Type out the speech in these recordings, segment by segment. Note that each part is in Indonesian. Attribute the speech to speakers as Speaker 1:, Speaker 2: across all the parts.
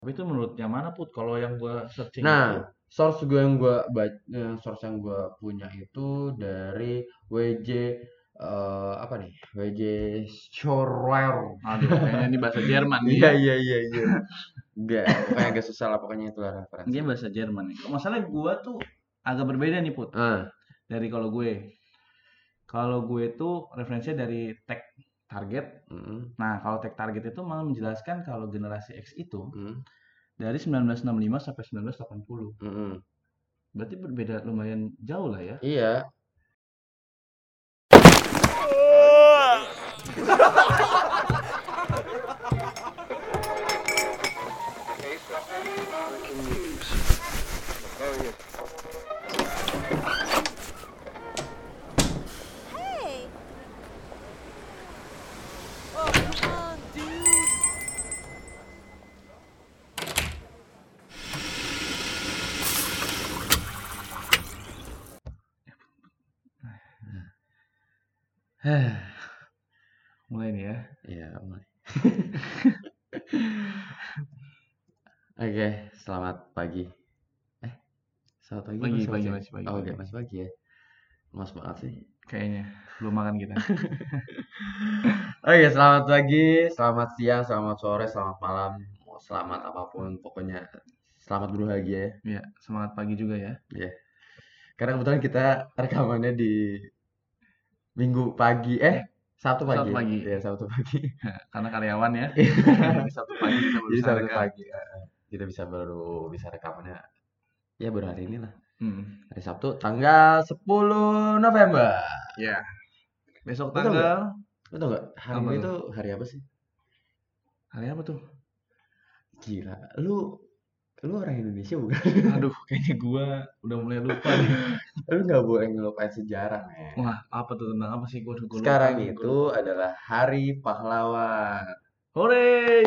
Speaker 1: Tapi itu menurut yang mana Put? Kalau yang gue searching itu,
Speaker 2: Nah, source yang gua punya itu dari WJ apa nih? WJ Schorler.
Speaker 1: aduh, kayaknya ini bahasa Jerman nih
Speaker 2: Iya
Speaker 1: ya.
Speaker 2: iya iya iya. Enggak, pokoknya agak susah lah pokoknya itulah
Speaker 1: Ini
Speaker 2: referensinya.
Speaker 1: bahasa Jerman nih. Masalahnya gue tuh agak berbeda nih Put.
Speaker 2: Ah,
Speaker 1: Dari kalau gue. Kalau gue tuh referensinya dari tag target.
Speaker 2: mm,
Speaker 1: Nah, kalau tag target itu malah menjelaskan kalau generasi X itu
Speaker 2: mm,
Speaker 1: dari 1965 sampai 1980.
Speaker 2: mm.
Speaker 1: Berarti berbeda lumayan jauh lah ya.
Speaker 2: Iya.
Speaker 3: Hey! Oh, come on, dude!
Speaker 1: Mulai nih ya.
Speaker 2: Iya, mulai. Oke, selamat pagi. Eh, selamat pagi
Speaker 1: Pagi,
Speaker 2: masih
Speaker 1: pagi,
Speaker 2: masih.
Speaker 1: masih pagi,
Speaker 2: Oh,
Speaker 1: pagi.
Speaker 2: enggak, masih pagi ya. Mas banget sih.
Speaker 1: Kayaknya belum makan kita.
Speaker 2: Oke, selamat pagi, selamat siang, selamat sore, selamat malam, selamat apapun, pokoknya selamat berbahagia ya.
Speaker 1: Ya, semangat pagi juga ya.
Speaker 2: Ya. Karena kebetulan kita rekamannya di Minggu pagi, Sabtu pagi
Speaker 1: Sabtu
Speaker 2: ya.
Speaker 1: pagi.
Speaker 2: Ya, Sabtu pagi.
Speaker 1: Karena karyawan ya. Jadi Sabtu pagi kita baru
Speaker 2: Jadi
Speaker 1: bisa
Speaker 2: Sabtu
Speaker 1: rekam.
Speaker 2: pagi kita baru bisa rekamannya ya baru hari ini lah.
Speaker 1: Hmm.
Speaker 2: Hari Sabtu tanggal 10 November.
Speaker 1: Ya, besok
Speaker 2: Betul nggak?
Speaker 1: tanggal
Speaker 2: Betul nggak? Hari
Speaker 1: apa
Speaker 2: ini
Speaker 1: tuh?
Speaker 2: tuh hari apa sih?
Speaker 1: Hari apa tuh?
Speaker 2: Gila, lu orang Indonesia bukan?
Speaker 1: Aduh, kayaknya gua udah mulai lupa nih.
Speaker 2: Lu nggak boleh ngelupain sejarah, men.
Speaker 1: Wah, apa tuh tentang apa sih? Gua lupa
Speaker 2: Sekarang
Speaker 1: nih, gua
Speaker 2: itu
Speaker 1: lupa.
Speaker 2: adalah Hari Pahlawan.
Speaker 1: Hore,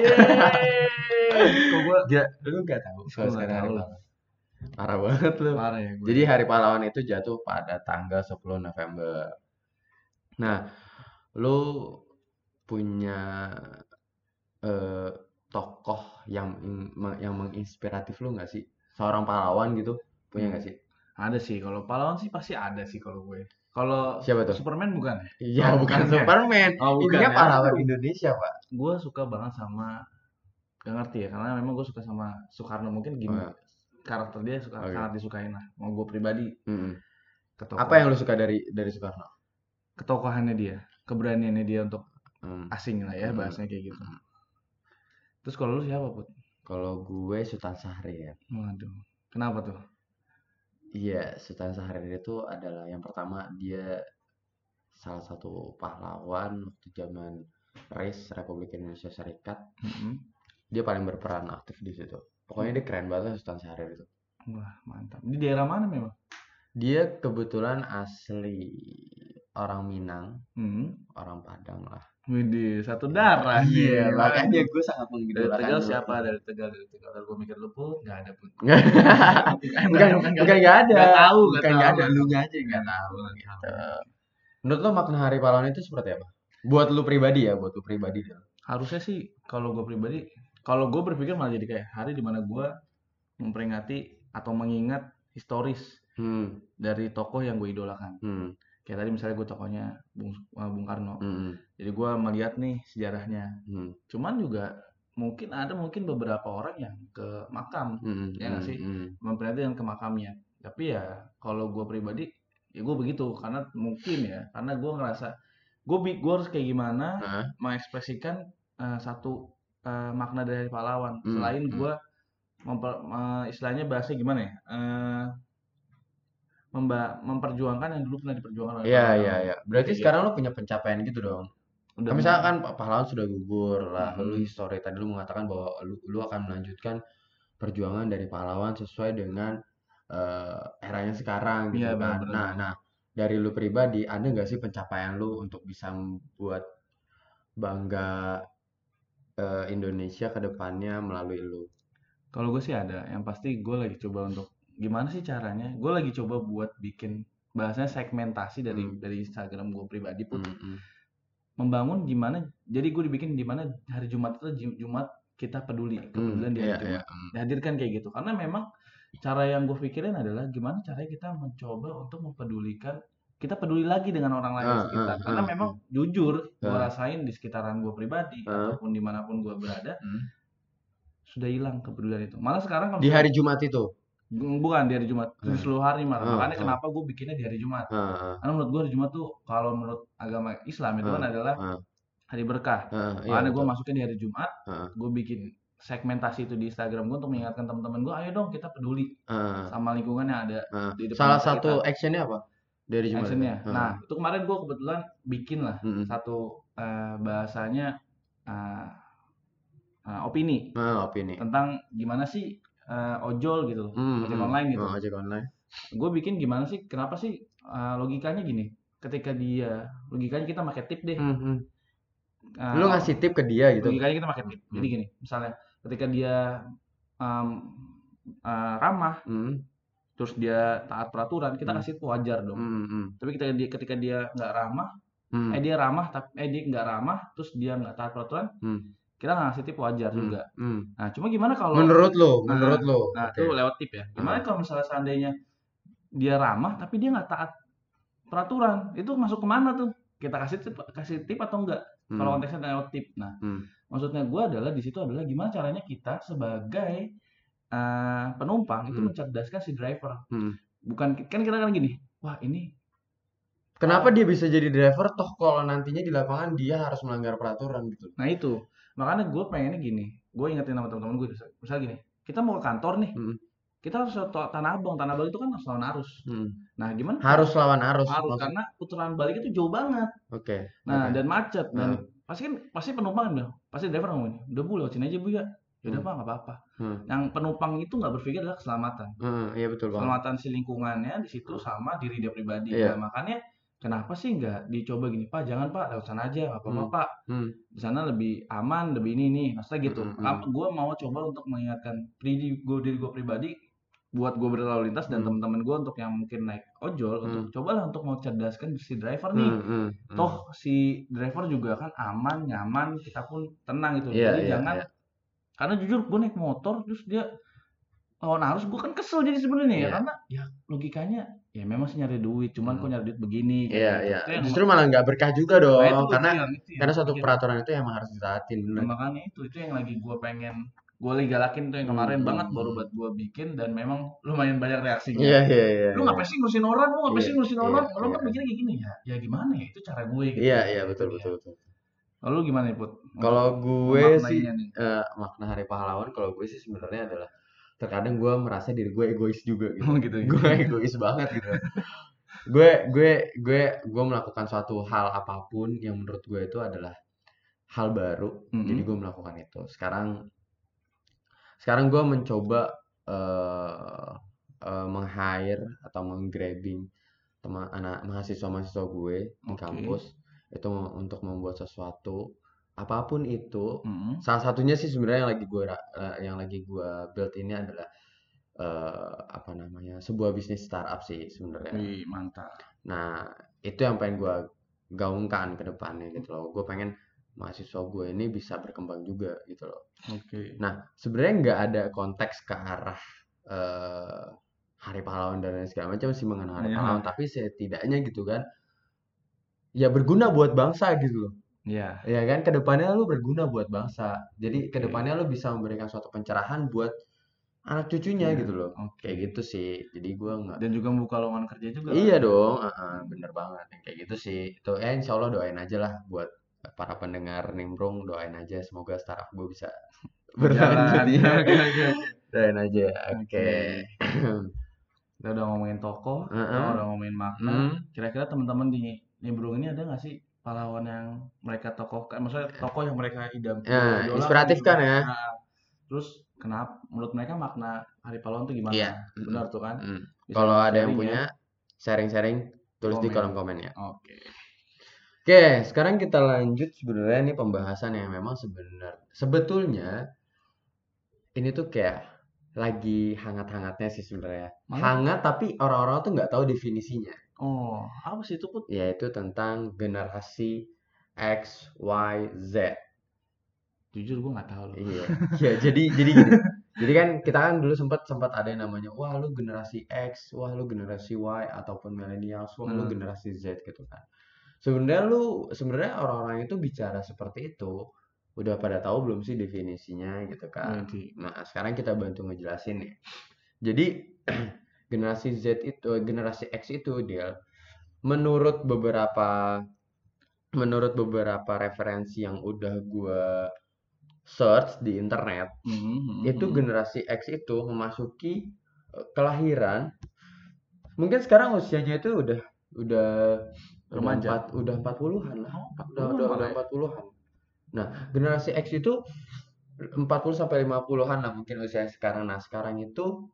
Speaker 1: yeay! Kok gua,
Speaker 2: Gak, lu nggak tahu
Speaker 1: gua
Speaker 2: kalau
Speaker 1: nggak
Speaker 2: sekarang
Speaker 1: tahu
Speaker 2: Hari
Speaker 1: loh.
Speaker 2: Pahlawan. Parah banget lu.
Speaker 1: Parah ya gue
Speaker 2: Jadi
Speaker 1: ya.
Speaker 2: Hari Pahlawan itu jatuh pada tanggal 10 November. Nah, lu punya eh, tokoh yang menginspiratif lu nggak sih? Seorang pahlawan gitu, punya
Speaker 1: Hmm.
Speaker 2: nggak sih?
Speaker 1: Ada sih, kalau pahlawan sih pasti ada sih kalau gue. Kalau
Speaker 2: Siapa tuh?
Speaker 1: Superman bukan ya?
Speaker 2: Iya,
Speaker 1: Oh,
Speaker 2: bukan
Speaker 1: bukan ya?
Speaker 2: Superman.
Speaker 1: Oh,
Speaker 2: Ini
Speaker 1: bukan
Speaker 2: kan
Speaker 1: ya?
Speaker 2: pahlawan
Speaker 1: Aduh.
Speaker 2: Indonesia, Pak.
Speaker 1: Gue suka banget sama, gak ngerti ya, karena memang gue suka sama Soekarno. Mungkin
Speaker 2: Oh,
Speaker 1: gini,
Speaker 2: ya.
Speaker 1: karakter dia sangat
Speaker 2: Oke.
Speaker 1: disukain lah. Mau gue pribadi,
Speaker 2: Mm-mm. Apa
Speaker 1: ketokoh,
Speaker 2: yang lu suka dari Soekarno?
Speaker 1: ketokohannya dia, keberaniannya dia untuk
Speaker 2: Hmm.
Speaker 1: asing lah ya,
Speaker 2: Mm-mm.
Speaker 1: bahasanya kayak gitu. Terus kalau lu siapa, Put?
Speaker 2: Kalau gue Sultan Syahrir.
Speaker 1: Waduh, kenapa tuh?
Speaker 2: Iya, Sultan Syahrir itu adalah yang pertama dia salah satu pahlawan waktu zaman RIS Republik Indonesia Serikat.
Speaker 1: Mm-mm.
Speaker 2: Dia paling berperan aktif di situ. Pokoknya dia keren banget Sultan Syahrir itu.
Speaker 1: Wah, mantap. Di daerah mana memang?
Speaker 2: Dia kebetulan asli orang Minang,
Speaker 1: Hmm.
Speaker 2: orang Padang lah.
Speaker 1: Widih, satu darah
Speaker 2: Iya,
Speaker 1: nih.
Speaker 2: makanya
Speaker 1: Waduh.
Speaker 2: gue sangat
Speaker 1: Dari
Speaker 2: mengidolakan
Speaker 1: Tegal
Speaker 2: dulu.
Speaker 1: siapa? Dari Tegal, dari Tegal. Kalau gue mikir lu Put, nggak ada Put.
Speaker 2: bukan
Speaker 1: Bukan nggak
Speaker 2: bukan
Speaker 1: ada.
Speaker 2: nggak ada,
Speaker 1: Nggak tahu, nggak
Speaker 2: bukan
Speaker 1: tahu,
Speaker 2: nggak ada,
Speaker 1: nggak
Speaker 2: lu
Speaker 1: tahu.
Speaker 2: nya aja yang nggak
Speaker 1: Nggak
Speaker 2: tahu
Speaker 1: tahu, nggak tahu.
Speaker 2: gitu. Menurut lo makna Hari Pahlawan itu seperti apa? Buat lu pribadi ya, buat lu pribadi.
Speaker 1: Harusnya sih kalau gue pribadi, kalau gue berpikir malah jadi kayak hari dimana gue memperingati atau mengingat historis
Speaker 2: Hmm,
Speaker 1: dari tokoh yang gue idolakan.
Speaker 2: hmm,
Speaker 1: Kayak tadi misalnya gue tokohnya Bung Karno.
Speaker 2: hmm,
Speaker 1: Jadi gue melihat nih sejarahnya.
Speaker 2: hmm,
Speaker 1: Cuman juga mungkin beberapa orang yang ke makam,
Speaker 2: hmm,
Speaker 1: ya nggak
Speaker 2: hmm,
Speaker 1: sih?
Speaker 2: hmm.
Speaker 1: Memperingati dengan ke makamnya. Tapi ya kalau gue pribadi, ya gue begitu karena mungkin ya, karena gue ngerasa gue harus kayak gimana
Speaker 2: Hah?
Speaker 1: mengekspresikan satu makna dari pahlawan.
Speaker 2: Hmm,
Speaker 1: Selain
Speaker 2: hmm.
Speaker 1: gue istilahnya bahasa gimana ya? Memperjuangkan yang dulu pernah diperjuangkan oleh
Speaker 2: Iya, iya,
Speaker 1: pahlawan.
Speaker 2: iya.
Speaker 1: Gue
Speaker 2: Berarti
Speaker 1: kayak
Speaker 2: sekarang
Speaker 1: gitu.
Speaker 2: lu punya pencapaian gitu dong.
Speaker 1: Udah
Speaker 2: Kan
Speaker 1: mau.
Speaker 2: misalkan pahlawan sudah gugur lah, lu
Speaker 1: Mm-mm.
Speaker 2: history tadi lu mengatakan bahwa lu akan melanjutkan perjuangan dari pahlawan sesuai dengan eranya sekarang
Speaker 1: Iya
Speaker 2: gitu kan.
Speaker 1: benar-benar.
Speaker 2: Nah, dari lu pribadi, ada nggak sih pencapaian lu untuk bisa membuat bangga Indonesia ke depannya melalui lu?
Speaker 1: Kalau gue sih ada, yang pasti gue lagi coba untuk gimana sih caranya? Gue lagi coba buat bikin bahasanya segmentasi dari
Speaker 2: Hmm,
Speaker 1: Instagram gue pribadi Put.
Speaker 2: hmm, hmm,
Speaker 1: Membangun gimana? Jadi gue dibikin gimana hari Jumat itu Jumat kita peduli, kepedulian di hari
Speaker 2: Iya, iya.
Speaker 1: Jumat. Dihadirkan kayak gitu. Karena memang cara yang gue pikirin adalah gimana caranya kita mencoba untuk mempedulikan, kita peduli lagi dengan orang lain di sekitar. Karena memang jujur gue rasain di sekitaran gue pribadi ataupun dimanapun gue berada sudah hilang kepedulian itu. Malah sekarang kalau
Speaker 2: Di hari Jumat itu.
Speaker 1: bukan di hari Jumat, di seluruh hari malah.
Speaker 2: Ah,
Speaker 1: Makanya
Speaker 2: ah.
Speaker 1: kenapa gue bikinnya di hari Jumat.
Speaker 2: Heeh.
Speaker 1: Karena menurut gue hari Jumat tuh kalau menurut agama Islam itu kan adalah hari berkah.
Speaker 2: Iya
Speaker 1: Makanya gue
Speaker 2: betul.
Speaker 1: masukin di hari Jumat,
Speaker 2: Heeh.
Speaker 1: gue bikin segmentasi itu di Instagram gue untuk mengingatkan teman-teman gue, ayo dong kita peduli
Speaker 2: Heeh.
Speaker 1: sama lingkungan yang ada
Speaker 2: Heeh.
Speaker 1: di depan
Speaker 2: Salah
Speaker 1: mata
Speaker 2: satu
Speaker 1: kita.
Speaker 2: actionnya apa? Dari Jumat itu.
Speaker 1: Actionnya.
Speaker 2: Heeh.
Speaker 1: Nah, itu kemarin gue kebetulan bikin lah
Speaker 2: Mm-mm.
Speaker 1: satu bahasanya opini
Speaker 2: Opini.
Speaker 1: tentang gimana sih ojol gitu, ojek online gitu.
Speaker 2: Ojek online.
Speaker 1: Gue bikin gimana sih, kenapa sih logikanya gini, ketika dia, logikanya kita pakai tip deh.
Speaker 2: Lu ngasih tip ke dia gitu.
Speaker 1: Logikanya kita pakai tip. Jadi gini, misalnya ketika dia ramah, terus dia taat peraturan, kita kasih itu wajar dong. Tapi ketika dia nggak ramah, dia ramah tapi dia nggak ramah, terus dia nggak taat peraturan, kita nggak ngasih tip wajar juga. Nah, cuma gimana kalau
Speaker 2: Menurut lo?
Speaker 1: Nah, itu lewat tip ya. Gimana kalau misalnya seandainya dia ramah tapi dia nggak taat peraturan, itu masuk kemana tuh? Kita kasih tip atau enggak? Kalau konteksnya lewat tip. Nah, maksudnya gue adalah di situ adalah gimana caranya kita sebagai penumpang itu mencerdaskan si driver. Bukan kan kita kan gini, wah ini
Speaker 2: kenapa dia bisa jadi driver toh kalau nantinya di lapangan dia harus melanggar peraturan gitu.
Speaker 1: Nah itu, makanya gue pengennya gini, gue ingetin sama teman-teman gue, misalnya gini, kita mau ke kantor nih, kita harus ke Tanah Abang itu kan harus lawan arus. Nah gimana?
Speaker 2: Harus lawan arus.
Speaker 1: Karena putaran balik itu jauh banget.
Speaker 2: Oke.
Speaker 1: Nah dan macet dan pasti penumpang bilang, pasti driver ngomong, udah Bu lewat sini aja Bu ya. Ya udah Pak nggak apa-apa. Yang penumpang itu nggak berpikir adalah keselamatan.
Speaker 2: Iya betul Bang.
Speaker 1: Keselamatan si lingkungannya di situ sama diri dia pribadi. Nah, makanya kenapa sih nggak dicoba gini, Pak? Jangan Pak, lewat sana aja, nggak apa-apa Pak. Di sana lebih aman, lebih ini, maksudnya gitu. Gue mau coba untuk mengingatkan diri gue pribadi, buat gue berlalu lintas dan teman-teman gue untuk yang mungkin naik ojol, untuk cobalah untuk mau cerdaskan si driver nih. Toh si driver juga kan aman, nyaman, kita pun tenang gitu. Jadi jangan, karena jujur gue naik motor terus dia lawan arus, gue kan kesel jadi sebenarnya ya, karena ya logikanya ya memang sih nyari duit, cuman kok nyari duit begini.
Speaker 2: Iya. Justru malah nggak berkah juga dong,
Speaker 1: karena
Speaker 2: suatu peraturan itu emang harus ditaatin.
Speaker 1: Nah, makanya itu yang lagi gue pengen gue lagi galakin tuh yang kemarin banget baru buat gue bikin dan memang lumayan banyak reaksinya.
Speaker 2: Iya.
Speaker 1: Lu ngapain sih ngurusin orang? Lu kan mikirnya kayak gini ya. Ya gimana ya, itu cara gue gitu.
Speaker 2: Iya betul.
Speaker 1: Lalu gimana ya Put?
Speaker 2: Kalau gue sih makna Hari Pahlawan kalau gue sih sebenarnya adalah terkadang gue merasa diri gue egois juga gitu. Gue egois banget gitu. gue melakukan suatu hal apapun yang menurut gue itu adalah hal baru. Jadi gue melakukan itu. Sekarang gue mencoba meng-hire atau meng-grabbing teman anak mahasiswa gue di kampus itu untuk membuat sesuatu apapun itu. Salah satunya sih sebenarnya yang lagi gue build ini adalah sebuah bisnis startup sih sebenarnya.
Speaker 1: Wih, mantap.
Speaker 2: Nah itu yang pengen gue gaungkan ke depannya gitu loh. Gue pengen mahasiswa gue ini bisa berkembang juga gitu loh. Nah sebenarnya nggak ada konteks ke arah Hari Pahlawan dan lain segala macam sih mengenai Hari Pahlawan, tapi setidaknya gitu kan ya berguna buat bangsa gitu loh. Iya kan, kedepannya lu berguna buat bangsa. Jadi kedepannya lu bisa memberikan suatu pencerahan buat anak cucunya gitu loh. Kayak gitu sih. Jadi gue nggak.
Speaker 1: Dan juga membuka lowongan kerja juga.
Speaker 2: Iya dong. Bener banget. Kayak gitu sih. Itu insya Allah doain aja lah buat para pendengar Nimbrung, doain aja semoga startup gue bisa berlanjut. Doain aja. Oke.
Speaker 1: Kita udah ngomongin tokoh, udah ngomongin makna. Kira-kira teman-teman di Nimbrung ini ada nggak sih pahlawan yang mereka tokohkan? Maksudnya tokoh yang mereka
Speaker 2: inspiratif kan ya?
Speaker 1: Terus kenapa menurut mereka makna Hari Pahlawan itu gimana?
Speaker 2: Iya.
Speaker 1: Benar tuh kan?
Speaker 2: Kalau ada yang punya sharing-sharing tulis di kolom komen ya.
Speaker 1: Oke,
Speaker 2: sekarang kita lanjut sebenarnya ini pembahasan yang memang sebetulnya ini tuh kayak lagi hangat-hangatnya sih sebenarnya. Hangat tapi orang-orang tuh nggak tahu definisinya.
Speaker 1: Oh, apa sih itu Put?
Speaker 2: Yaitu tentang generasi X, Y, Z.
Speaker 1: Jujur gue nggak tahu loh.
Speaker 2: Iya. Ya, jadi gini. Jadi kan kita kan dulu sempat ada yang namanya, wah lu generasi X, wah lu generasi Y ataupun millennials, wah lu generasi Z gitu kan. Sebenarnya orang-orang itu bicara seperti itu udah pada tahu belum sih definisinya gitu kan. Nah, sekarang kita bantu ngejelasin nih. Jadi generasi X itu dia menurut beberapa referensi yang udah gue search di internet, itu generasi X itu memasuki kelahiran, mungkin sekarang usianya itu udah
Speaker 1: Remaja.
Speaker 2: udah 40-an lah. Udah 40-an. Nah, generasi X itu 40 sampai 50-an lah mungkin usia sekarang. Nah, sekarang itu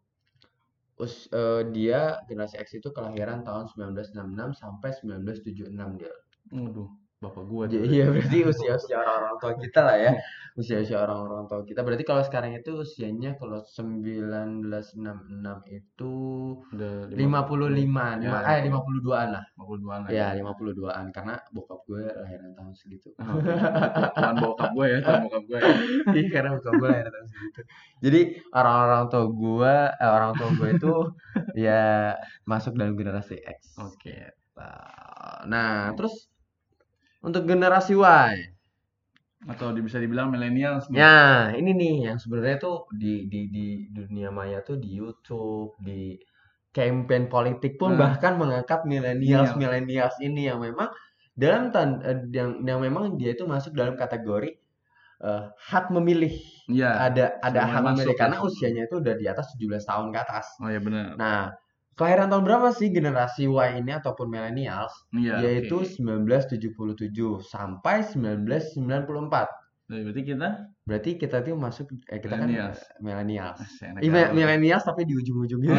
Speaker 2: dia generasi X itu kelahiran tahun 1966 sampai 1976 dia.
Speaker 1: Waduh, bapak gua tuh.
Speaker 2: Iya, berarti usia orang tua kita lah ya. Usia orang tua kita. Berarti kalau sekarang itu usianya kalau 1966 itu
Speaker 1: Udah
Speaker 2: 55-an. 52-an lah.
Speaker 1: 52-an lah.
Speaker 2: Ya, 52-an karena bokap gue lahiran tahun segitu.
Speaker 1: Tuan bokap gue ya.
Speaker 2: Iya, karena bokap gue lahiran tahun segitu. Jadi orang tua gue itu ya masuk dalam generasi X.
Speaker 1: Oke.
Speaker 2: Nah, terus untuk generasi Y
Speaker 1: atau bisa dibilang millennials nih.
Speaker 2: Ya, ini nih yang sebenarnya tuh di dunia maya tuh di YouTube, di campaign politik pun bahkan mengangkat millennials ini yang memang yang memang dia itu masuk dalam kategori hak memilih.
Speaker 1: Ya,
Speaker 2: ada hak memilih karena usianya itu udah di atas 17 tahun ke atas.
Speaker 1: Oh ya benar.
Speaker 2: Nah, kelahiran tahun berapa sih generasi Y ini ataupun millennials? Yaitu 1977 sampai 1994. Berarti kita tuh masuk kita kan millennials. Millennials tapi di ujung-ujungnya.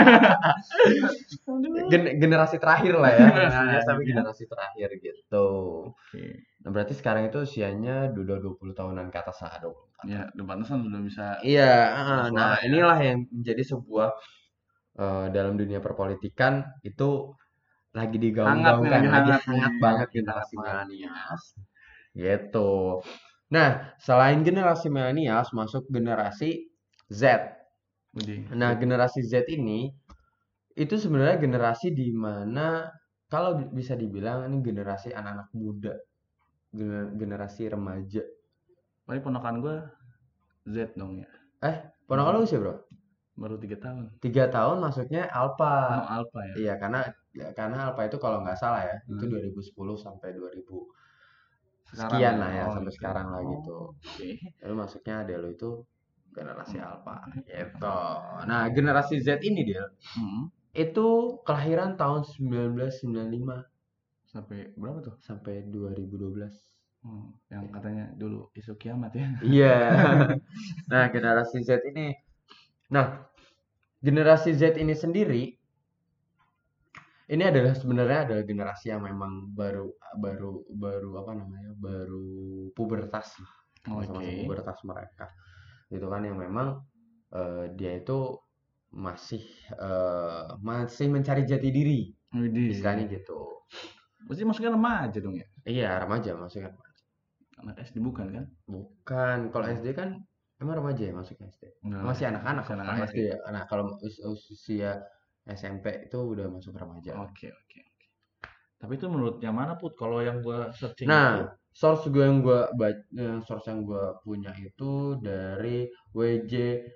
Speaker 2: Generasi terakhir lah ya. Millennials tapi generasi terakhir gitu. Nah, berarti sekarang itu usianya udah 20 tahunan ke atas lah, 24.
Speaker 1: Iya, 24 sudah bisa.
Speaker 2: Iya, nah inilah yang menjadi sebuah dalam dunia perpolitikan itu lagi digaung-gaungkan, lagi hangat banget generasi millennials. Gitu. Nah, selain generasi millennials masuk generasi Z. Nah, generasi Z ini itu sebenarnya generasi di mana kalau bisa dibilang ini generasi anak-anak muda, generasi remaja.
Speaker 1: Paling ponakan gue Z dong ya.
Speaker 2: Ponakan lu usia berapa?
Speaker 1: Baru 3 tahun.
Speaker 2: 3 tahun masuknya Alpha.
Speaker 1: Oh, Alpha ya.
Speaker 2: Iya, karena Alpha itu kalau nggak salah ya, itu 2010 sampai 2000 sekian lah ya, sampai sekarang lah gitu. Lalu masuknya ada lo itu generasi Alpha gitu. Nah, generasi Z ini dia itu kelahiran tahun 1995
Speaker 1: sampai berapa tuh?
Speaker 2: Sampai 2012.
Speaker 1: Yang katanya dulu isu kiamat ya.
Speaker 2: Iya. Nah, generasi Z ini. Nah, generasi Z ini sendiri ini sebenarnya adalah generasi yang memang baru apa namanya? Baru pubertas. Masa-masa pubertas mereka. Gitu kan yang memang dia itu masih mencari jati diri. Istilahnya gitu.
Speaker 1: Berarti masuknya remaja dong ya?
Speaker 2: Iya, remaja masuknya remaja.
Speaker 1: Anak SD bukan kan?
Speaker 2: Bukan. Kalau SD kan emang remaja ya masuknya SD. Masih anak-anak SD ya. Nah, kalau usia SMP itu udah masuk remaja.
Speaker 1: Oke. Tapi itu menurut yang mana Put? Kalau yang gue searching
Speaker 2: source yang gue punya itu dari WJ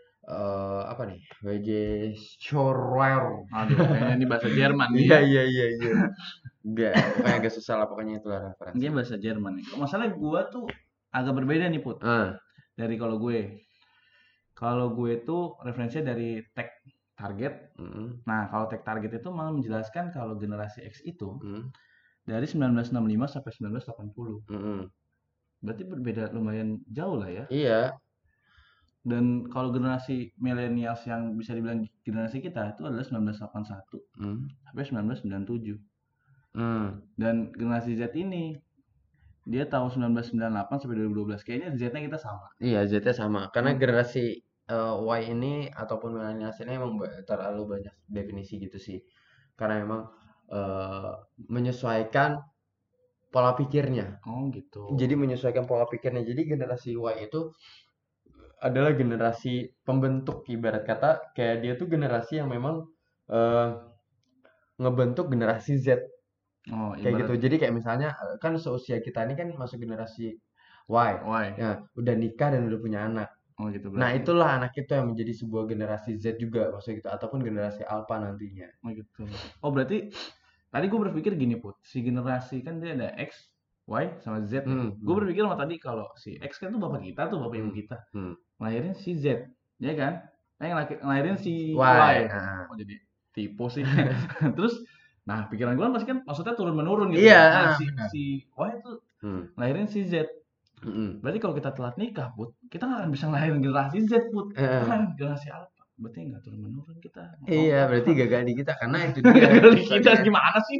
Speaker 2: WJ Schorler.
Speaker 1: Aduh, kayaknya ini bahasa Jerman nih.
Speaker 2: Iya. Pokoknya agak susah lah, pokoknya itulah referensi.
Speaker 1: Dia bahasa Jerman nih. Masalah gue tuh agak berbeda nih Put. Dari kalau gue tuh referensinya dari tag target. Nah, kalau tag target itu malah menjelaskan kalau generasi X itu dari 1965 sampai 1980. Berarti berbeda lumayan jauh lah ya.
Speaker 2: Iya.
Speaker 1: Dan kalau generasi millennials yang bisa dibilang generasi kita itu adalah 1981 sampai 1997. Dan generasi Z ini dia tahun 1998 sampai 2012. Kayaknya Z-nya kita sama.
Speaker 2: Iya, Z-nya sama. Karena generasi Y ini ataupun millennials ini emang terlalu banyak definisi gitu sih. Karena memang menyesuaikan pola pikirnya.
Speaker 1: Oh gitu.
Speaker 2: Jadi menyesuaikan pola pikirnya. Jadi generasi Y itu adalah generasi pembentuk, ibarat kata kayak dia tuh generasi yang memang ngebentuk generasi Z
Speaker 1: Oh,
Speaker 2: kayak gitu.
Speaker 1: ibarat
Speaker 2: Jadi kayak misalnya kan seusia kita ini kan masuk generasi Y.
Speaker 1: Y.
Speaker 2: Ya, udah nikah dan udah punya anak.
Speaker 1: Oh gitu
Speaker 2: Nah,
Speaker 1: berarti.
Speaker 2: itulah anak itu yang menjadi sebuah generasi Z juga maksudnya gitu ataupun generasi Alpha nantinya.
Speaker 1: Oh gitu. Oh berarti tadi gue berpikir gini Put, si generasi kan dia ada X, Y sama Z. Gue berpikir sama tadi kalau si X kan tuh bapak kita tuh, bapak ibu kita. Ngelahirin si Z, ya kan? Ngelahirin si Y. Oh jadi tipu sih. Terus, nah pikiran gue kan pasti kan maksudnya turun menurun gitu.
Speaker 2: Iya.
Speaker 1: Nah si Y tuh ngelahirin si Z. Berarti kalau kita telat nikah, Put, kita nggak akan bisa ngelahirin generasi Z, Put. Kita kan generasi Alpha. Berarti nggak turun menurun kita.
Speaker 2: Iya, berarti gagal di kita karena itu dia.
Speaker 1: Gagal di kita gimana sih?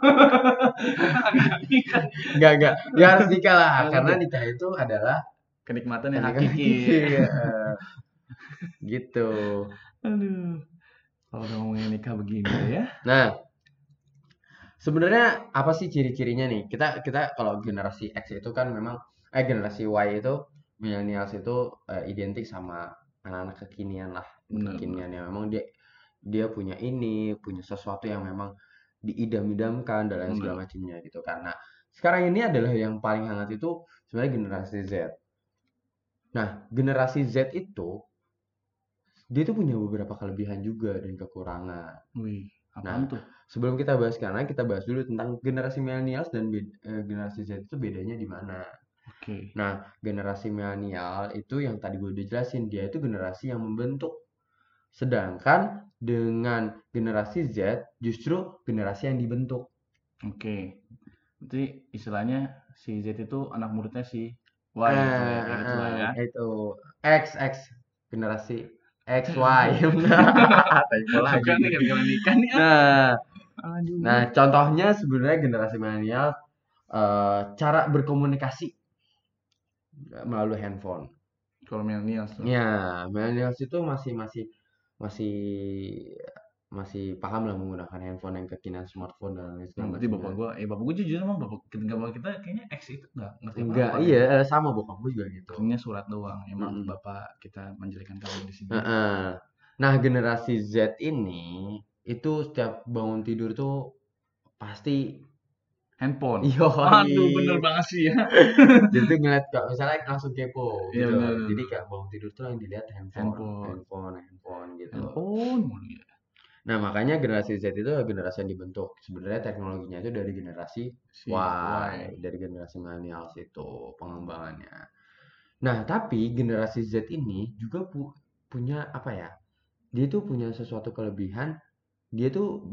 Speaker 2: Enggak. Ya harus nikah lah, karena nikah itu adalah
Speaker 1: kenikmatan yang hakiki.
Speaker 2: Gitu.
Speaker 1: Aduh. Kalau udah ngomongin nikah begini ya.
Speaker 2: Nah, sebenarnya apa sih ciri-cirinya nih? Kita kalau generasi X itu kan memang generasi Y itu millennials itu identik sama anak-anak kekinian lah. Kekinian yang memang dia punya sesuatu yang memang diidam-idamkan dan lain segala macamnya gitu. Karena sekarang ini adalah yang paling hangat itu sebenarnya generasi Z. Nah, generasi Z itu dia tuh punya beberapa kelebihan juga dan kekurangan.
Speaker 1: Apaan tuh?
Speaker 2: Sebelum kita bahas karena kita bahas dulu tentang generasi millennials dan generasi Z itu bedanya di mana. Nah, generasi milenial itu yang tadi gue udah jelasin, dia itu generasi yang membentuk. Sedangkan dengan generasi Z justru generasi yang dibentuk.
Speaker 1: Berarti istilahnya si Z itu anak muridnya si Y gitu ya.
Speaker 2: Itu X generasi XY. Nah, contohnya sebenarnya generasi milenial cara berkomunikasi melalui handphone.
Speaker 1: Kalau millennials tuh.
Speaker 2: Ya, millennials itu masih paham lah menggunakan handphone yang kekinian, smartphone dan lain sebagainya.
Speaker 1: Berarti bapak gue jujur sama bapak kita kayaknya X itu nggak ngerti apa-apa.
Speaker 2: Enggak, iya sama bokap gue juga gitu.
Speaker 1: Punya surat doang. Emang bapak kita menjelekan kami di sini.
Speaker 2: Nah, generasi Z ini itu setiap bangun tidur tuh pasti
Speaker 1: handphone.
Speaker 2: Aduh,
Speaker 1: bener banget sih ya.
Speaker 2: Jadi ngeliat kok misalnya langsung kepo gitu.
Speaker 1: Bener.
Speaker 2: Jadi kayak bangun tidur tuh yang dilihat handphone gitu.
Speaker 1: Handphone.
Speaker 2: Nah, makanya generasi Z itu generasi yang dibentuk. Sebenarnya teknologinya itu dari generasi Y, dari generasi millennials itu pengembangannya. Nah, tapi generasi Z ini juga punya apa ya? Dia tuh punya sesuatu kelebihan. Dia tuh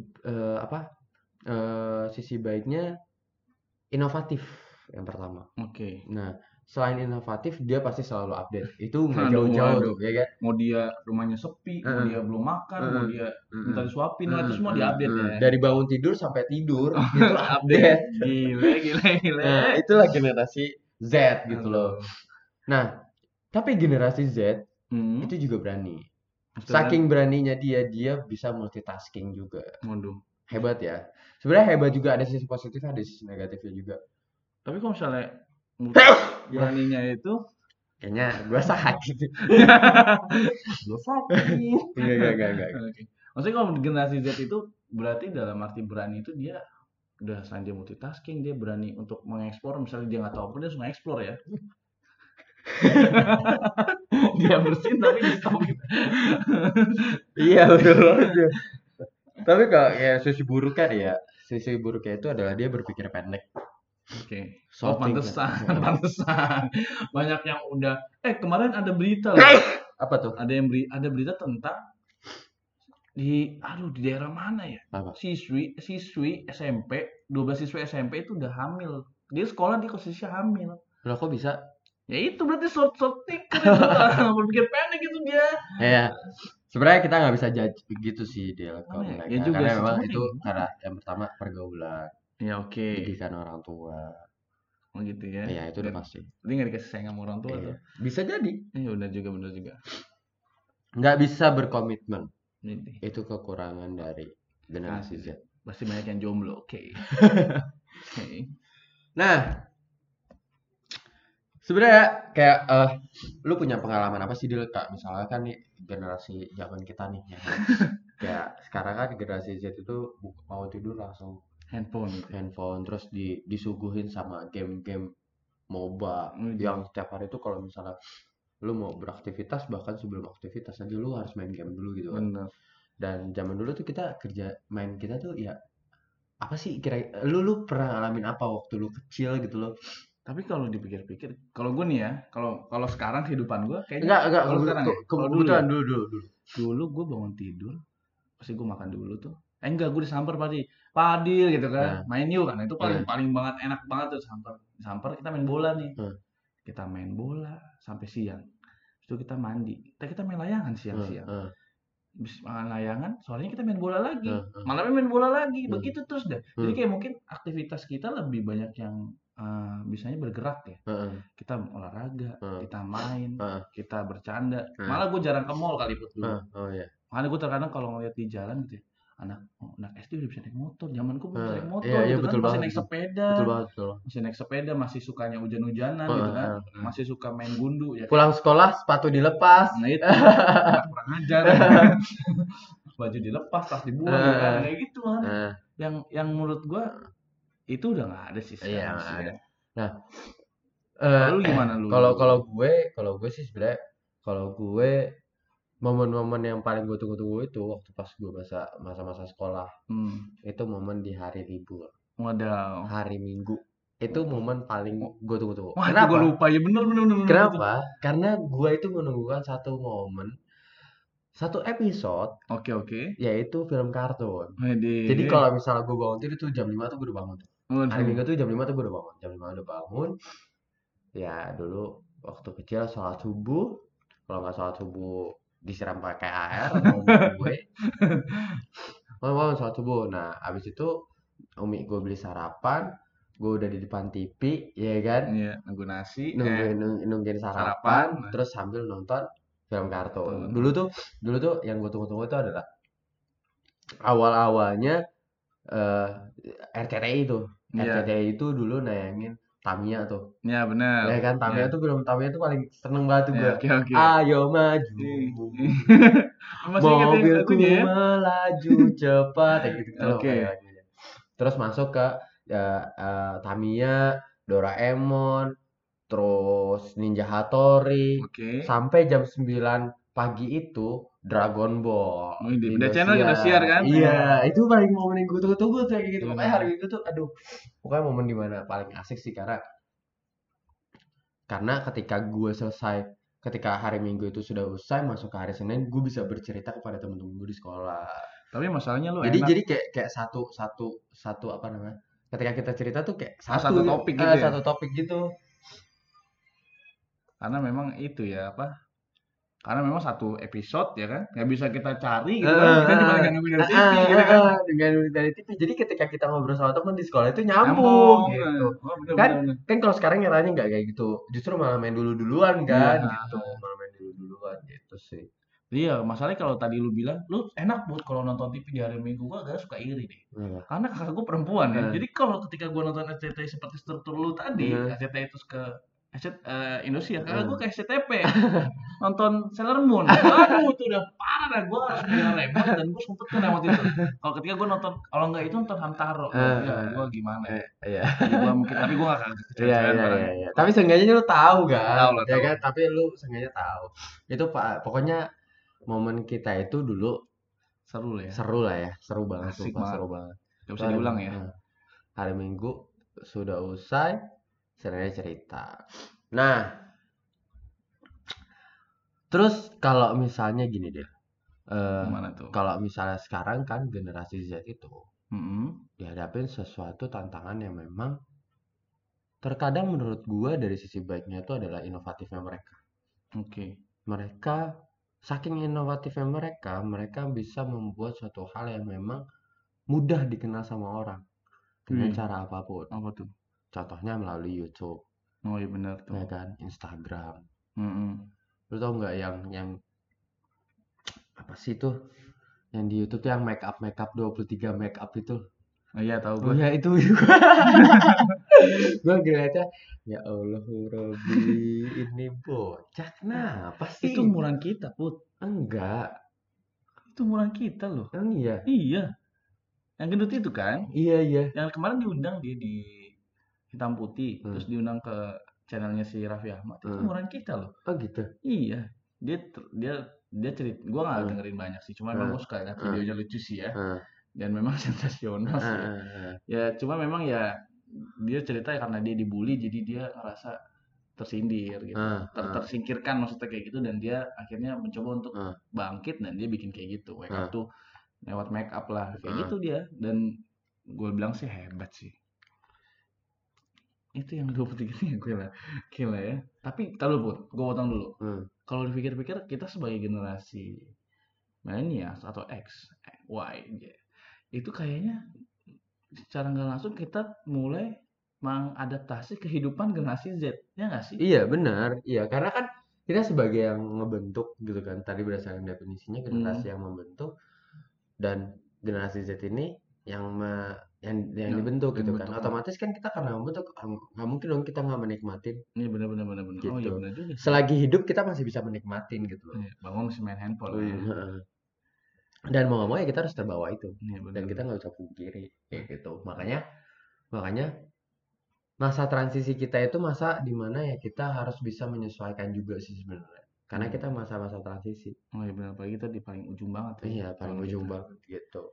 Speaker 2: sisi baiknya inovatif yang pertama. Nah, selain inovatif dia pasti selalu update. Itu nggak jauh-jauh ya kan?
Speaker 1: Mau dia rumahnya sepi, mau dia belum makan, mau dia minta disuapin, itu semua diupdate ya.
Speaker 2: Dari bangun tidur sampai tidur itu update.
Speaker 1: Gila.
Speaker 2: Nah, itulah generasi Z gitu loh. Nah, tapi generasi Z itu juga berani. Saking beraninya dia bisa multitasking juga. Hebat ya. Sebenarnya hebat juga, ada sisi positifnya, ada sisi negatifnya juga.
Speaker 1: Tapi kalau misalnya beraninya itu
Speaker 2: kayaknya gue sakit. Enggak.
Speaker 1: Maksudnya kalau generasi Z itu berarti dalam arti berani itu dia udah selain dia multitasking, dia berani untuk mengeksplor. Misalnya dia nggak tahu apa, dia langsung ngeksplor ya. Dia bersin tapi di stop gitu.
Speaker 2: Iya betul. Tapi kalau ya sisi buruknya itu adalah dia berpikir pendek.
Speaker 1: Pantesan. Banyak yang udah kemarin ada berita loh.
Speaker 2: Apa tuh?
Speaker 1: Ada berita tentang di daerah mana ya?
Speaker 2: Apa?
Speaker 1: Siswi SMP, 12 siswi SMP itu udah hamil. Dia sekolah di posisi hamil.
Speaker 2: Loh, kok bisa?
Speaker 1: Ya itu berarti short thinker itu lah, berpikir pendek itu dia.
Speaker 2: Ya. Sebenarnya kita nggak bisa judge gitu sih dia kalau mereka.
Speaker 1: Ya juga
Speaker 2: karena memang itu karena yang pertama pergaulan.
Speaker 1: Ya
Speaker 2: didikan orang tua.
Speaker 1: Oh gitu ya.
Speaker 2: Iya, itu udah pasti.
Speaker 1: Jadi nggak dikasih sayang sama orang tua tuh.
Speaker 2: Bisa jadi.
Speaker 1: Iya benar juga.
Speaker 2: Nggak bisa berkomitmen.
Speaker 1: Ini.
Speaker 2: Itu kekurangan dari generasi Z.
Speaker 1: Pasti banyak yang jomblo. Oke.
Speaker 2: Nah, sebenarnya kayak lu punya pengalaman apa sih Dil? Kak, misalnya kan nih generasi zaman kita nih ya. Kayak sekarang kan generasi Z itu mau tidur langsung
Speaker 1: Handphone gitu.
Speaker 2: handphone terus disuguhin sama game-game MOBA
Speaker 1: Iya.
Speaker 2: yang setiap hari itu kalau misalnya lu mau beraktivitas bahkan sebelum aktivitas aja lu harus main game dulu gitu kan.
Speaker 1: Bener.
Speaker 2: Dan zaman dulu tuh kita main kita tuh ya apa sih kira lu pernah ngalamin apa waktu lu kecil gitu loh?
Speaker 1: Tapi kalau dipikir-pikir, kalau gue nih ya, kalau sekarang kehidupan gue kayaknya
Speaker 2: Enggak,
Speaker 1: kalau sekarang ya, kalau dulu ya, dulu gue bangun tidur, pasti gue makan dulu tuh. Enggak, gue disamper Padil gitu kan,
Speaker 2: Nah,
Speaker 1: main yuk kan, itu paling
Speaker 2: nah,
Speaker 1: paling banget enak banget tuh samper kita main bola nih,
Speaker 2: nah,
Speaker 1: kita main bola sampai siang, itu kita mandi, kita main layangan
Speaker 2: nah,
Speaker 1: siang-siang,
Speaker 2: nah,
Speaker 1: habis makan layangan, sorenya kita main bola lagi,
Speaker 2: nah,
Speaker 1: malamnya main bola lagi,
Speaker 2: nah,
Speaker 1: begitu terus deh. Jadi
Speaker 2: nah,
Speaker 1: kayak mungkin aktivitas kita lebih banyak yang bisanya bergerak ya.
Speaker 2: nah,
Speaker 1: Kita olahraga,
Speaker 2: nah,
Speaker 1: kita main,
Speaker 2: nah,
Speaker 1: kita bercanda.
Speaker 2: nah,
Speaker 1: Malah gue jarang ke mall kali Put dulu.
Speaker 2: nah, oh ya,
Speaker 1: Makanya gue terkadang kalau ngeliat di jalan gitu ya, anak SD udah bisa naik motor. Zamanku belum bisa
Speaker 2: nah,
Speaker 1: naik
Speaker 2: iya
Speaker 1: motor
Speaker 2: iya
Speaker 1: gitu kan,
Speaker 2: betul
Speaker 1: masih
Speaker 2: banget
Speaker 1: naik
Speaker 2: tuh,
Speaker 1: sepeda,
Speaker 2: betul banget betul.
Speaker 1: masih sukanya hujan-hujanan
Speaker 2: Nah,
Speaker 1: gitu kan,
Speaker 2: nah, nah.
Speaker 1: masih suka main gundu ya
Speaker 2: Pulang
Speaker 1: kayak.
Speaker 2: sekolah sepatu dilepas.
Speaker 1: Nah itu anak kurang ajar, baju dilepas, tas dibuang gitu kan,
Speaker 2: Nah,
Speaker 1: kayak gitu kan.
Speaker 2: nah,
Speaker 1: Yang menurut gue itu udah nggak ada sih
Speaker 2: iya
Speaker 1: sekarang
Speaker 2: nggak
Speaker 1: sih
Speaker 2: ada.
Speaker 1: ya.
Speaker 2: Nah,
Speaker 1: Kalau lu gimana lu?
Speaker 2: kalau kalau gue sih sebenarnya kalau gue momen-momen yang paling gue tunggu-tunggu itu waktu pas gue masa-masa sekolah itu momen di hari libur,
Speaker 1: Modal.
Speaker 2: hari Minggu itu momen paling gue tunggu-tunggu.
Speaker 1: Wah, itu gue
Speaker 2: Kenapa?
Speaker 1: lupa ya, bener bener bener bener itu.
Speaker 2: Kenapa? Karena gue itu menunggukan satu momen, satu episode,
Speaker 1: Oke oke.
Speaker 2: yaitu film kartun. Jadi
Speaker 1: Widih.
Speaker 2: kalau misalnya gue bangun tidur tuh jam 5 tuh gue udah bangun tuh. Hari
Speaker 1: Waduh.
Speaker 2: Minggu tuh jam 5 tuh gue udah bangun. Jam 5 udah bangun. Ya dulu waktu kecil sholat subuh. Kalau nggak sholat subuh disiram pakai air sama umi gue. Mau sholat subuh. Nah abis itu umi gue beli sarapan. Gue udah di depan TV, ya kan?
Speaker 1: Iya, nunggu nasi,
Speaker 2: Nungguin
Speaker 1: sarapan.
Speaker 2: sarapan, terus sambil nonton film kartun. Dulu tuh yang gue tunggu-tunggu itu adalah awal-awalnya RCTI tuh.
Speaker 1: Iya.
Speaker 2: RCTI itu dulu nayangin Tamiya tuh.
Speaker 1: Iya benar.
Speaker 2: Ya kan Tamiya tuh film Tamiya tuh paling seneng banget tuh
Speaker 1: Iya,
Speaker 2: gue.
Speaker 1: oke oke.
Speaker 2: Ayo maju.
Speaker 1: Masih ingat ya
Speaker 2: Mobilku
Speaker 1: lagunya ya?
Speaker 2: melaju cepat kayak gitu loh
Speaker 1: Oke.
Speaker 2: kayak lagunya. Terus masuk ke Tamiya, Doraemon, terus Ninja Hattori.
Speaker 1: Oke.
Speaker 2: Sampai jam 9 pagi itu Dragon Ball
Speaker 1: Oh, di
Speaker 2: di
Speaker 1: Beda Channel udah siar kan?
Speaker 2: Iya, itu paling momen yang gue tunggu-tunggu tuh kayak gitu.
Speaker 1: Iya.
Speaker 2: Makanya hari Minggu tuh aduh, pokoknya momen dimana paling asik sih karena ketika hari Minggu itu sudah usai masuk ke hari Senin, gue bisa bercerita kepada temen-temen gue di sekolah.
Speaker 1: Tapi masalahnya lu
Speaker 2: Jadi
Speaker 1: enak.
Speaker 2: kayak satu apa namanya? Ketika kita cerita tuh kayak
Speaker 1: satu topik gitu ya?
Speaker 2: satu topik gitu.
Speaker 1: Karena memang itu ya apa? Karena memang satu episode ya kan, nggak bisa kita cari gitu kan, kita cuma nggak ngambil dari TV gitu kan.
Speaker 2: Dengan dari TV. Jadi ketika kita ngobrol sama teman di sekolah itu nyambung gitu.
Speaker 1: Oh, bener,
Speaker 2: Kan
Speaker 1: bener, bener.
Speaker 2: kan kalau sekarang nyaranya nggak kayak gitu. Justru malah main dulu-duluan kan
Speaker 1: Iya.
Speaker 2: gitu. Malah main dulu-duluan gitu sih.
Speaker 1: Iya, masalahnya kalau tadi lu bilang, lu enak buat kalau nonton TV di hari Minggu, gua agak suka iri deh.
Speaker 2: Iya.
Speaker 1: Karena kakak gua perempuan ya.
Speaker 2: Heeh.
Speaker 1: Jadi kalau ketika gua nonton SCTI seperti struktur lu tadi,
Speaker 2: Heeh.
Speaker 1: SCTI terus ke Indosiar, kakak gua
Speaker 2: Heeh.
Speaker 1: ke SCTP. Nonton Sailor Moon. Aduh, itu udah parah dah. Gua harus megang remote dan gua sempet kan lewat itu. Kalau ketika gua nonton, kalau nggak itu nonton Hamtaro. Ya, gua gimana ya.
Speaker 2: Iya.
Speaker 1: Jadi gua mungkin, tapi gua nggak
Speaker 2: Iya,
Speaker 1: kecewa-kecewa
Speaker 2: iya,
Speaker 1: orangnya.
Speaker 2: iya. Tapi seenggaknya lu tahu kan,
Speaker 1: Tahu lah,
Speaker 2: ya
Speaker 1: tahu.
Speaker 2: kan? Tapi lu seenggaknya tahu. Itu pokoknya momen kita itu dulu
Speaker 1: Seru lah ya.
Speaker 2: seru banget,
Speaker 1: Asik
Speaker 2: sumpah
Speaker 1: banget.
Speaker 2: seru banget.
Speaker 1: Gak bisa diulang ya.
Speaker 2: Hari Minggu sudah usai, Seninnya cerita. Nah, terus kalau misalnya gini deh,
Speaker 1: Gimana tuh?
Speaker 2: kalau misalnya sekarang kan generasi Z itu
Speaker 1: Mm-mm.
Speaker 2: dihadapin sesuatu tantangan yang memang terkadang menurut gua dari sisi baiknya itu adalah inovatifnya mereka.
Speaker 1: Oke.
Speaker 2: Mereka saking inovatifnya mereka bisa membuat suatu hal yang memang mudah dikenal sama orang dengan cara apapun.
Speaker 1: Apa tuh?
Speaker 2: Contohnya melalui YouTube,
Speaker 1: Oh iya benar tuh.
Speaker 2: ya kan, Instagram.
Speaker 1: Mm-mm.
Speaker 2: Lu tau nggak yang apa sih tuh? Yang di YouTube tuh yang make up 23 make up itu.
Speaker 1: Oh iya tahu
Speaker 2: Oh
Speaker 1: gue.
Speaker 2: ya itu juga. Gue ngeliatnya, ya Allah Robby, ini bocah kenapa sih?
Speaker 1: Itu umuran kita, Put.
Speaker 2: Enggak,
Speaker 1: Itu umuran kita loh.
Speaker 2: iya,
Speaker 1: Iya. Yang gendut itu kan,
Speaker 2: iya.
Speaker 1: yang kemarin diundang dia di Hitam Putih, terus
Speaker 2: Hmm.
Speaker 1: diundang ke channelnya si Raffi Ahmad. Itu umuran kita loh.
Speaker 2: Oh gitu.
Speaker 1: Iya. Dia cerita, gue nggak dengerin banyak sih, cuma memang gue suka lihat videonya lucu sih ya, dan memang sensasional sih ya. Ya cuma memang ya dia cerita karena dia dibully jadi dia ngerasa tersindir gitu, tersingkirkan maksudnya kayak gitu, dan dia akhirnya mencoba untuk bangkit dan dia bikin kayak gitu, wake up tuh lewat make up lah kayak gitu dia, dan gue bilang sih hebat sih. Itu yang 23 gila ya. Tapi kalau Put, gue potong dulu. Kalau dipikir-pikir kita sebagai generasi millennials atau X, Y, itu kayaknya secara nggak langsung kita mulai mengadaptasi kehidupan generasi Z, ya nggak sih?
Speaker 2: Iya benar, iya karena kan kita sebagai yang ngebentuk gitu kan, tadi berdasarkan definisinya generasi yang membentuk, dan generasi Z ini yang dibentuk gitu kan, otomatis kan kita karena membentuk nggak mungkin dong kita nggak menikmatin.
Speaker 1: Iya benar.
Speaker 2: Gitu.
Speaker 1: Oh iya benar juga sih.
Speaker 2: Selagi hidup kita masih bisa menikmatin gitu loh.
Speaker 1: Bangun masih main handphone lah ya.
Speaker 2: Dan mau nggak mau ya kita harus terbawa itu.
Speaker 1: Iya,
Speaker 2: dan kita nggak bisa pungkiri kayak gitu. Makanya masa transisi kita itu masa dimana ya kita harus bisa menyesuaikan juga sih sebenarnya. Karena kita masa-masa transisi.
Speaker 1: Oh iya benar, apalagi kita di paling ujung banget ya.
Speaker 2: Iya, paling ujung banget gitu.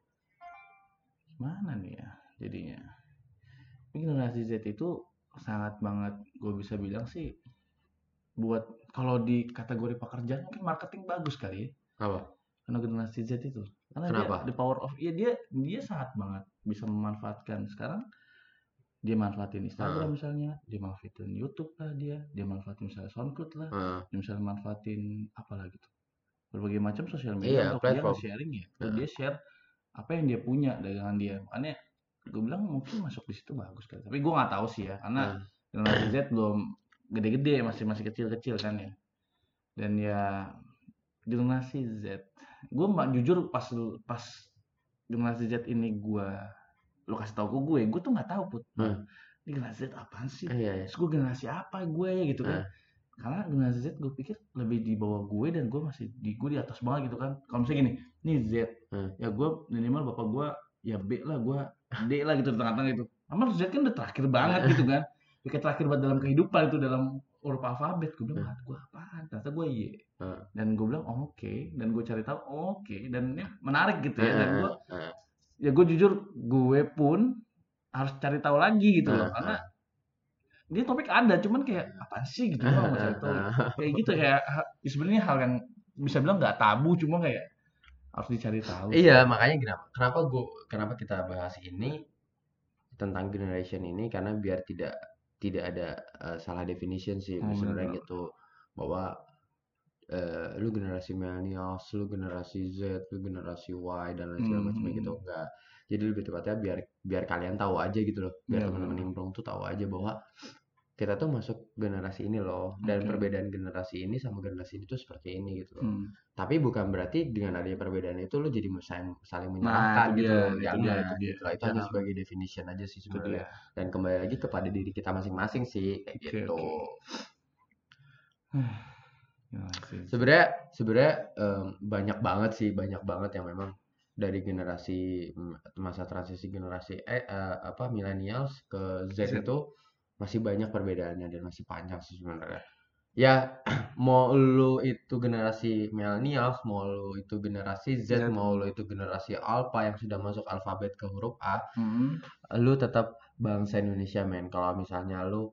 Speaker 1: Gimana nih ya jadinya? Generasi Z itu sangat banget gue bisa bilang sih, buat kalau di kategori pekerjaan mungkin marketing bagus kali ya.
Speaker 2: Apa?
Speaker 1: Karena generasi Z itu. Karena
Speaker 2: kenapa?
Speaker 1: Dia the power of dia sangat banget bisa memanfaatkan sekarang. Dia manfaatin Instagram misalnya, dia manfaatin YouTube lah, dia manfaatin misalnya SoundCloud lah, dia misalnya manfaatin apa lagi tuh, berbagai macam sosial media untuk platform. Dia nge-sharing ya, untuk dia share apa yang dia punya dagangan dia. Makanya gue bilang mungkin masuk di situ bagus kan, tapi gue nggak tahu sih ya, karena generasi Z belum gede-gede, masih kecil-kecil kan ya. Dan ya generasi Z, gue jujur pas generasi Z ini lo kasih tau ke gue tuh nggak tahu Put. Ini generasi Z apaan sih? Terus gue generasi apa gue gitu kan? Karena generasi Z gue pikir lebih di bawah gue, dan gue masih di atas banget gitu kan. Kalau misalnya gini, nih Z, ya gue minimal bapak gue ya B lah, gue D lah gitu di tengah-tengah gitu. Amal Z kan udah terakhir banget gitu kan. Kayak terakhir banget dalam kehidupan itu, dalam huruf alfabet. Gue bilang, gue apaan? Ternyata gue Y. Dan gue bilang oke. Dan gue cari tahu oke. Dan ini menarik gitu ya. Dan gue jujur gue pun harus cari tahu lagi gitu loh, karena dia topik ada, cuman kayak apa sih gitu loh, nggak cari tahu kayak gitu, kayak sebenarnya hal yang bisa bilang nggak tabu, cuma kayak harus dicari tahu.
Speaker 2: Iya, makanya kenapa kita bahas ini tentang generation ini, karena biar tidak ada salah definition sih sebenarnya gitu, bahwa lu generasi millennials, lu generasi Z, lu generasi Y dan lain segala macam gitu, enggak. Jadi lebih tepatnya biar kalian tahu aja gitu loh, biar teman-teman nimbrung tuh tahu aja bahwa kita tuh masuk generasi ini loh, dan perbedaan generasi ini sama generasi itu seperti ini gitu loh. Tapi bukan berarti dengan adanya perbedaan itu lu jadi saling menyalahkan gitu loh, jangan gitu lah. Itu hanya sebagai definition aja sih sebenarnya, dan kembali lagi kepada diri kita masing-masing sih kayak gitu. Sebenarnya banyak banget yang memang dari generasi masa transisi generasi millennials ke Z itu masih banyak perbedaannya dan masih panjang sih sebenarnya. Ya mau lu itu generasi millennials, mau lu itu generasi Z, mau lu itu generasi alpha yang sudah masuk alfabet ke huruf A, lu tetap bangsa Indonesia men. Kalau misalnya lu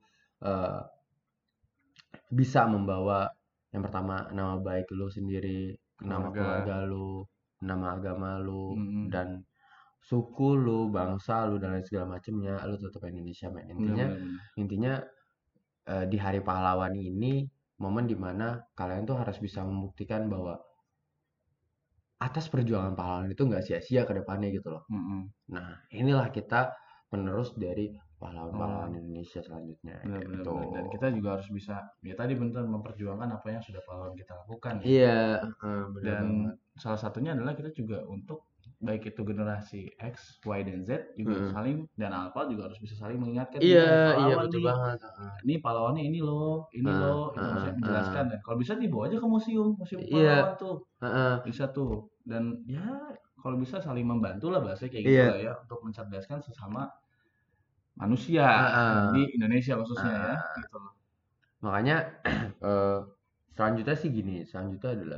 Speaker 2: bisa membawa yang pertama nama baik lu sendiri, nama keluarga lu, nama agama lu, dan suku lu, bangsa lu dan lain segala macamnya, lu tetap Indonesia men. Intinya di Hari Pahlawan ini momen dimana kalian tuh harus bisa membuktikan bahwa atas perjuangan pahlawan itu nggak sia-sia ke depannya gitu loh. Nah inilah kita penerus dari pahlawan Indonesia selanjutnya.
Speaker 1: Benar. Dan kita juga harus bisa ya tadi benar memperjuangkan apa yang sudah pahlawan kita lakukan.
Speaker 2: Iya.
Speaker 1: Dan salah satunya adalah kita juga untuk baik itu generasi X, Y, dan Z juga saling, dan Alpha juga harus bisa saling mengingatkan
Speaker 2: Iya,
Speaker 1: pahlawan
Speaker 2: betul
Speaker 1: nih.
Speaker 2: banget.
Speaker 1: Ini pahlawannya ini loh, itu maksudnya menjelaskan, dan kalau bisa dibawa aja ke museum
Speaker 2: Iya.
Speaker 1: pahlawan tuh. Bisa tuh. Dan ya kalau bisa saling membantu lah, bahasa kayak gitu
Speaker 2: Iya.
Speaker 1: lah ya, untuk mencerdaskan sesama manusia di Indonesia khususnya ya gitu loh.
Speaker 2: Makanya selanjutnya sih gini, selanjutnya adalah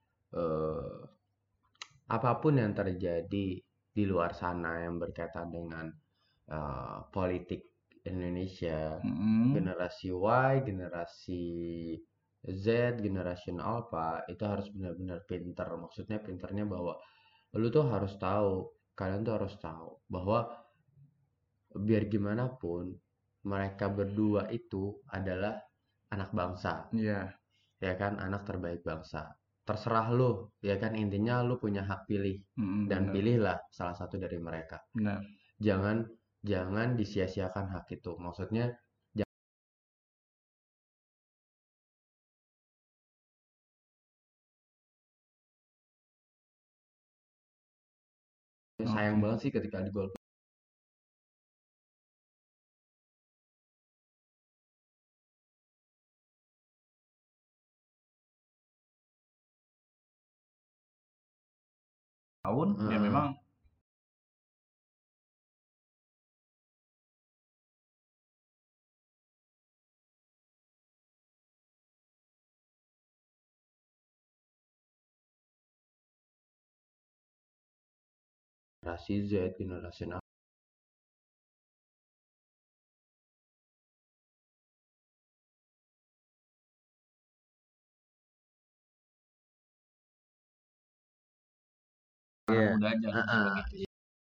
Speaker 2: apapun yang terjadi di luar sana yang berkaitan dengan politik Indonesia, generasi Y, generasi Z, generasi Alpha itu harus benar-benar pinter. Maksudnya pinternya bahwa lu tuh harus tahu, kalian tuh harus tahu bahwa biar gimana pun mereka berdua itu adalah anak bangsa.
Speaker 1: Iya.
Speaker 2: Ya kan, anak terbaik bangsa. Terserah lu, ya kan, intinya lu punya hak pilih dan pilihlah salah satu dari mereka.
Speaker 1: Benar.
Speaker 2: Jangan disia-siakan hak itu. Maksudnya sayang banget sih ketika di gol
Speaker 1: tahun ya memang
Speaker 2: generasi Z, generasi Alpha.
Speaker 1: muda aja sebagai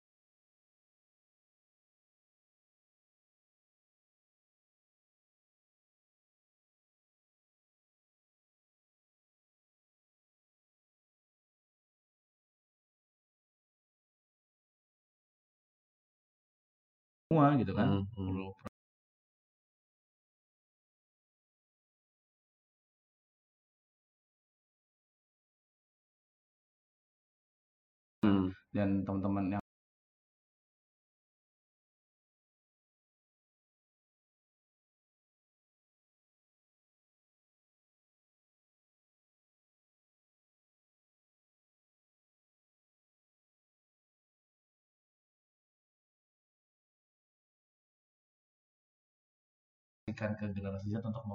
Speaker 1: semua gitu kan. Dan teman-teman yang berikan ke generasi Z untuk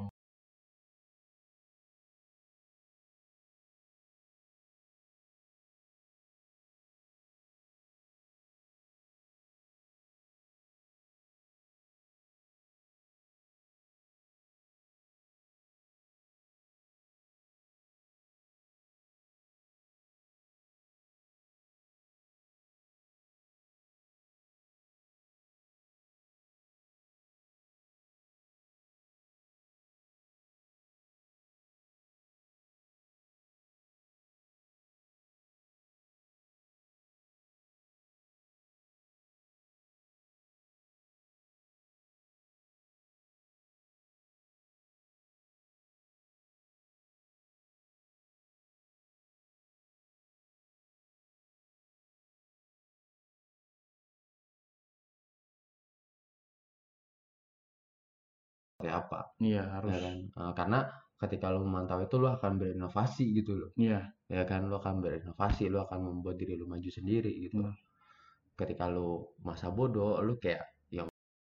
Speaker 2: kayak apa.
Speaker 1: Iya, harus.
Speaker 2: Ya kan? Karena ketika lu memantau itu lu akan berinovasi gitu loh.
Speaker 1: Iya.
Speaker 2: Ya kan, lu akan berinovasi, lu akan membuat diri lu maju sendiri gitu. Ketika lu masa bodoh, lu kayak yang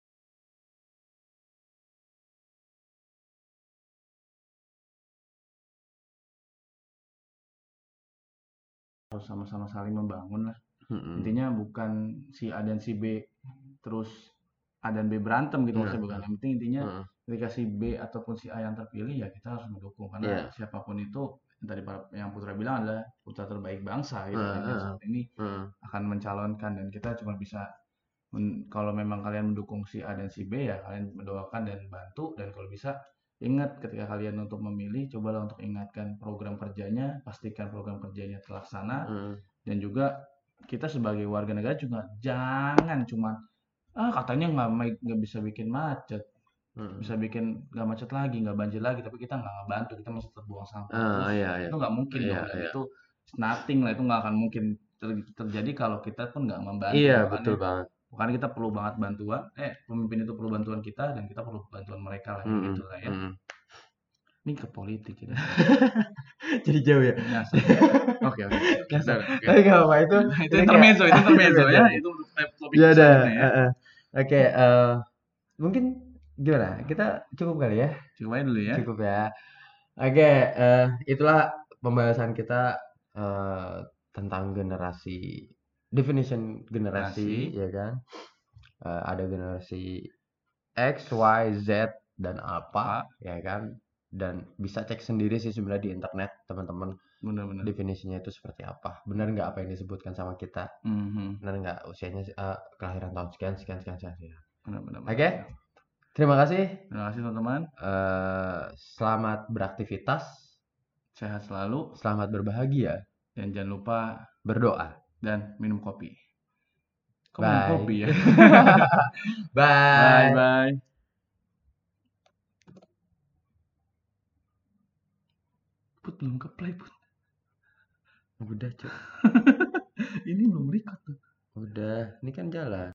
Speaker 1: harus sama-sama saling membangun lah. Intinya bukan si A dan si B terus A dan B berantem gitu, maksudnya bukan. Yang penting intinya ketika si B ataupun si A yang terpilih ya kita harus mendukung, karena siapapun itu tadi yang Putra bilang adalah putra terbaik bangsa gitu. Yang saat ini akan mencalonkan, dan kita cuma bisa kalau memang kalian mendukung si A dan si B ya kalian mendoakan dan bantu, dan kalau bisa ingat ketika kalian untuk memilih, cobalah untuk ingatkan program kerjanya, pastikan program kerjanya terlaksana, dan juga kita sebagai warga negara juga jangan cuma katanya nggak bisa bikin macet, bisa bikin nggak macet lagi, nggak banjir lagi, tapi kita nggak ngebantu, kita masih terbuang sampah terus. Itu nggak mungkin dong, dan itu nothing lah, itu nggak akan mungkin terjadi kalau kita pun nggak membantu.
Speaker 2: Iya,
Speaker 1: Makanya
Speaker 2: betul banget.
Speaker 1: Makanya kita perlu banget bantuan. Pemimpin itu perlu bantuan kita dan kita perlu bantuan mereka lah gitu lah ya. Ini ke politik ya.
Speaker 2: Jadi jauh ya.
Speaker 1: Nyasar. Oke.
Speaker 2: Tapi nggak apa itu
Speaker 1: intermezzo ya. Itu untuk topik
Speaker 2: ya
Speaker 1: selanjutnya ya.
Speaker 2: Oke, mungkin gimana? Kita cukup kali ya?
Speaker 1: Cukup aja dulu ya.
Speaker 2: Cukup ya. Oke, itulah pembahasan kita tentang definition generasi, ya kan? Ada generasi X, Y, Z dan apa, ya kan? Dan bisa cek sendiri sih sebenarnya di internet, teman-teman.
Speaker 1: Benar-benar.
Speaker 2: Definisinya itu seperti apa? Benar nggak apa yang disebutkan sama kita? Benar nggak usianya kelahiran tahun sekian.
Speaker 1: Benar-benar.
Speaker 2: Oke. Terima kasih.
Speaker 1: Terima kasih teman-teman.
Speaker 2: Selamat beraktivitas.
Speaker 1: Sehat selalu.
Speaker 2: Selamat berbahagia.
Speaker 1: Dan jangan lupa
Speaker 2: berdoa
Speaker 1: dan minum kopi. Kok
Speaker 2: Bye.
Speaker 1: minum kopi ya?
Speaker 2: Bye.
Speaker 1: Bye. Put belum ke play Put.
Speaker 2: Udah, Cuk.
Speaker 1: Ini belum record tuh.
Speaker 2: Udah, ini kan jalan.